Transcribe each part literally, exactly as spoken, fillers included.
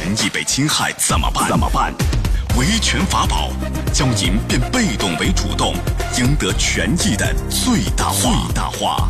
益被侵害怎么办？怎么办？维权法宝，教您变被动为主动，赢得权益的最大化。最大化。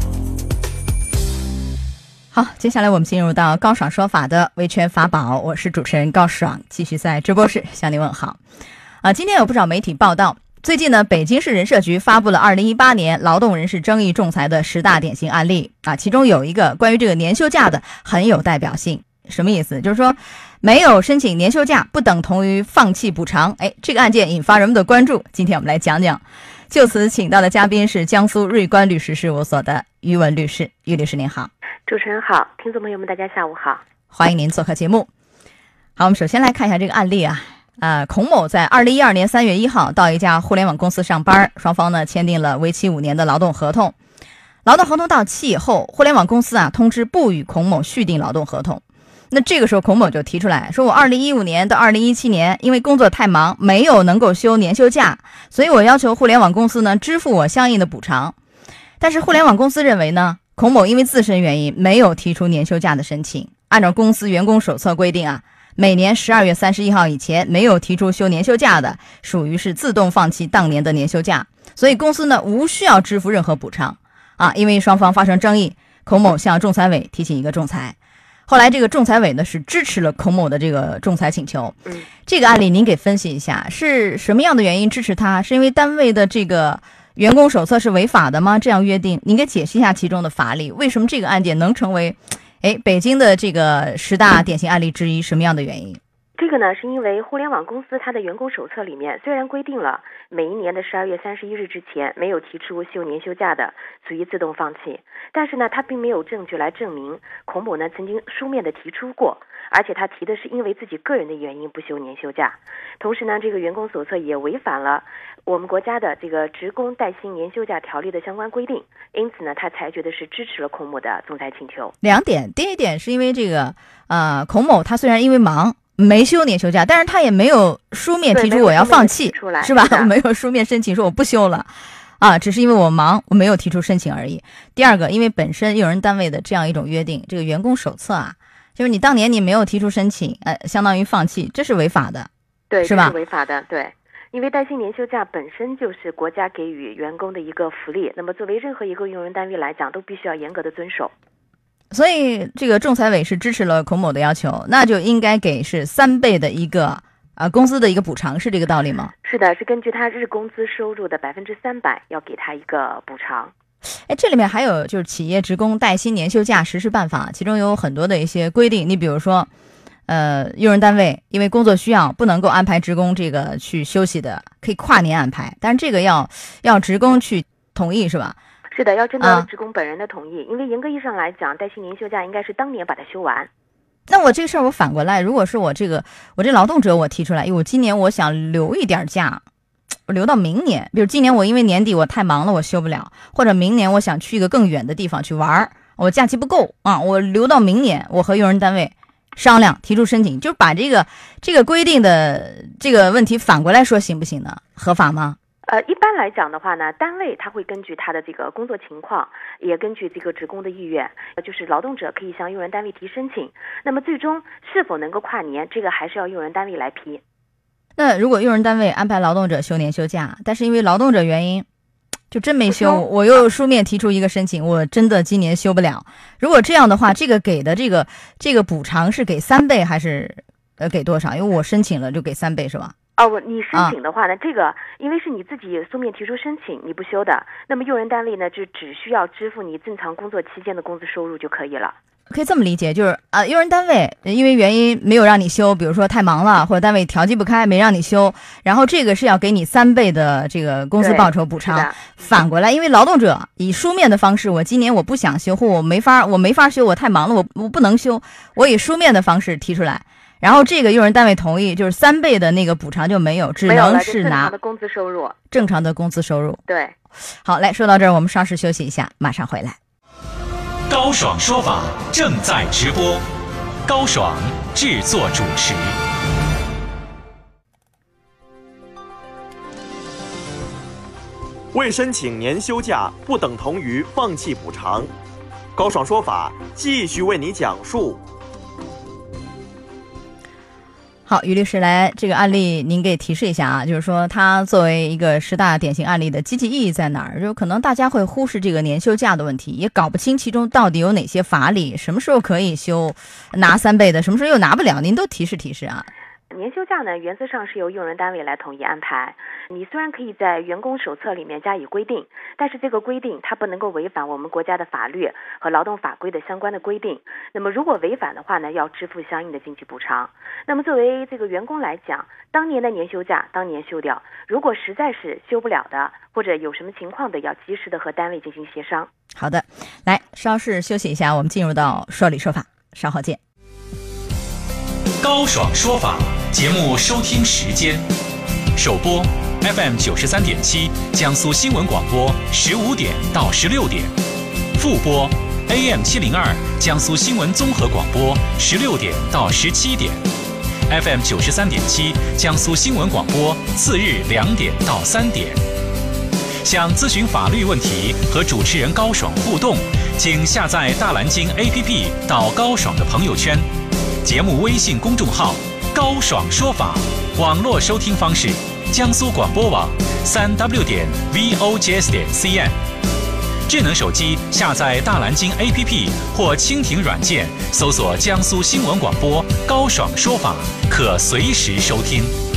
好，接下来我们进入到高爽说法的维权法宝，我是主持人高爽，继续在直播室向您问好。啊，今天有不少媒体报道，最近呢，北京市人社局发布了二零一八年劳动人事争议仲裁的十大典型案例啊，其中有一个关于这个年休假的很有代表性。什么意思？就是说，没有申请年休假不等同于放弃补偿。哎，这个案件引发人们的关注，今天我们来讲讲。就此请到的嘉宾是江苏瑞观律师事务所的于文律师。于律师您好。 主持人好，听众朋友们大家下午好， 欢迎您做客节目。好，我们首先来看一下这个案例啊。呃，孔某在二零一二年三月一号到一家互联网公司上班，双方呢签订了为期五年的劳动合同。劳动合同到期以后，互联网公司啊通知不与孔某续订劳动合同。那这个时候孔某就提出来说，我二零一五年到二零一七年因为工作太忙，没有能够休年休假，所以我要求互联网公司呢支付我相应的补偿。但是互联网公司认为呢，孔某因为自身原因没有提出年休假的申请。按照公司员工手册规定啊，每年十二月三十一号以前没有提出休年休假的，属于是自动放弃当年的年休假，所以公司呢无需要支付任何补偿啊。因为双方发生争议，孔某向仲裁委提起一个仲裁。后来这个仲裁委呢是支持了孔某的这个仲裁请求。 嗯， 这个案例您给分析一下，是什么样的原因支持他？是因为单位的这个员工手册是违法的吗？这样约定，您给解析一下其中的法理，为什么这个案件能成为哎北京的这个十大典型案例之一？什么样的原因？ 这个呢，是因为互联网公司它的员工手册里面虽然规定了每一年的十二月三十一日之前没有提出休年休假的，属于自动放弃，但是呢，他并没有证据来证明孔某呢曾经书面的提出过，而且他提的是因为自己个人的原因不休年休假。同时呢，这个员工手册也违反了我们国家的这个职工带薪年休假条例的相关规定，因此呢，他裁决的是支持了孔某的仲裁请求。 两点，第一点是因为这个呃，孔某他虽然因为忙没休年休假，但是他也没有书面提出我要放弃，是吧？没有书面申请说我不休了啊，只是因为我忙，我没有提出申请而已。第二个，因为本身用人单位的这样一种约定，这个员工手册啊，就是你当年你没有提出申请，呃，相当于放弃，这是违法的， 对， 是吧？ 这是违法的，对。因为带薪年休假本身就是国家给予员工的一个福利，那么作为任何一个用人单位来讲，都必须要严格的遵守。 所以这个仲裁委是支持了孔某的要求，那就应该给是三倍的一个啊工资的一个补偿，是这个道理吗？ 是的，是根据他日工资收入的百分之三百，要给他一个补偿。 哎，这里面还有就是企业职工带薪年休假实施办法，其中有很多的一些规定。你比如说，呃，用人单位因为工作需要不能够安排职工这个去休息的，可以跨年安排，但是这个要要职工去同意，是吧？ 是的，要征得职工本人的同意，啊、因为严格意义上来讲，带薪年休假应该是当年把它休完。 那我这个事儿我反过来，如果是我这个我这劳动者我提出来，因为我今年我想留一点假，我留到明年，比如今年我因为年底我太忙了我休不了，或者明年我想去一个更远的地方去玩，我假期不够啊，我留到明年，我和用人单位商量提出申请，就是把这个这个规定的这个问题反过来说行不行呢？合法吗？ 呃，一般来讲的话呢，单位他会根据他的这个工作情况，也根据这个职工的意愿，就是劳动者可以向用人单位提申请。那么最终是否能够跨年，这个还是要用人单位来批。 那如果用人单位安排劳动者休年休假，但是因为劳动者原因就真没休，我又书面提出一个申请，我真的今年休不了。如果这样的话，这个给的这个这个补偿是给三倍还是呃给多少？因为我申请了就给三倍是吧？ 哦，你申请的话呢，啊、这个因为是你自己书面提出申请，你不休的，那么用人单位呢就只需要支付你正常工作期间的工资收入就可以了。 可以这么理解，就是啊、呃，用人单位因为原因没有让你休，比如说太忙了，或者单位调剂不开没让你休，然后这个是要给你三倍的这个工资报酬补偿。反过来，因为劳动者以书面的方式，我今年我不想休，或我没法我没法休，我太忙了，我我不能休，我以书面的方式提出来。然后这个用人单位同意，就是三倍的那个补偿就没有，只能是拿正常的工资收入。 正常的工资收入。 对， 好，来说到这儿，我们稍事休息一下，马上回来。 高爽说法正在直播，高爽制作主持。 未申请年休假不等同于放弃补偿。高爽说法继续为你讲述。 好，于律师，来这个案例您给提示一下啊，就是说它作为一个十大典型案例的积极意义在哪儿？就可能大家会忽视这个年休假的问题，也搞不清其中到底有哪些法理，什么时候可以休拿三倍的，什么时候又拿不了，您都提示提示啊。 年休假呢，原则上是由用人单位来统一安排。你虽然可以在员工手册里面加以规定，但是这个规定它不能够违反我们国家的法律和劳动法规的相关的规定。那么如果违反的话呢，要支付相应的经济补偿。那么作为这个员工来讲，当年的年休假当年休掉，如果实在是休不了的，或者有什么情况的，要及时的和单位进行协商。 好的，来稍事休息一下，我们进入到说理说法，稍后见。 高爽说法节目收听时间：首播 F M 九十三点七江苏新闻广播十五点到十六点，复播 A M 七零二江苏新闻综合广播十六点到十七点 ，F M 九十三点七江苏新闻广播次日两点到三点。想咨询法律问题和主持人高爽互动，请下载大蓝鲸 A P P 到高爽的朋友圈。节目微信公众号高爽说法，网络收听方式江苏广播网三 w 点 vogs 点 cn， 智能手机下载大蓝鲸 A P P 或蜻蜓软件，搜索江苏新闻广播高爽说法，可随时收听。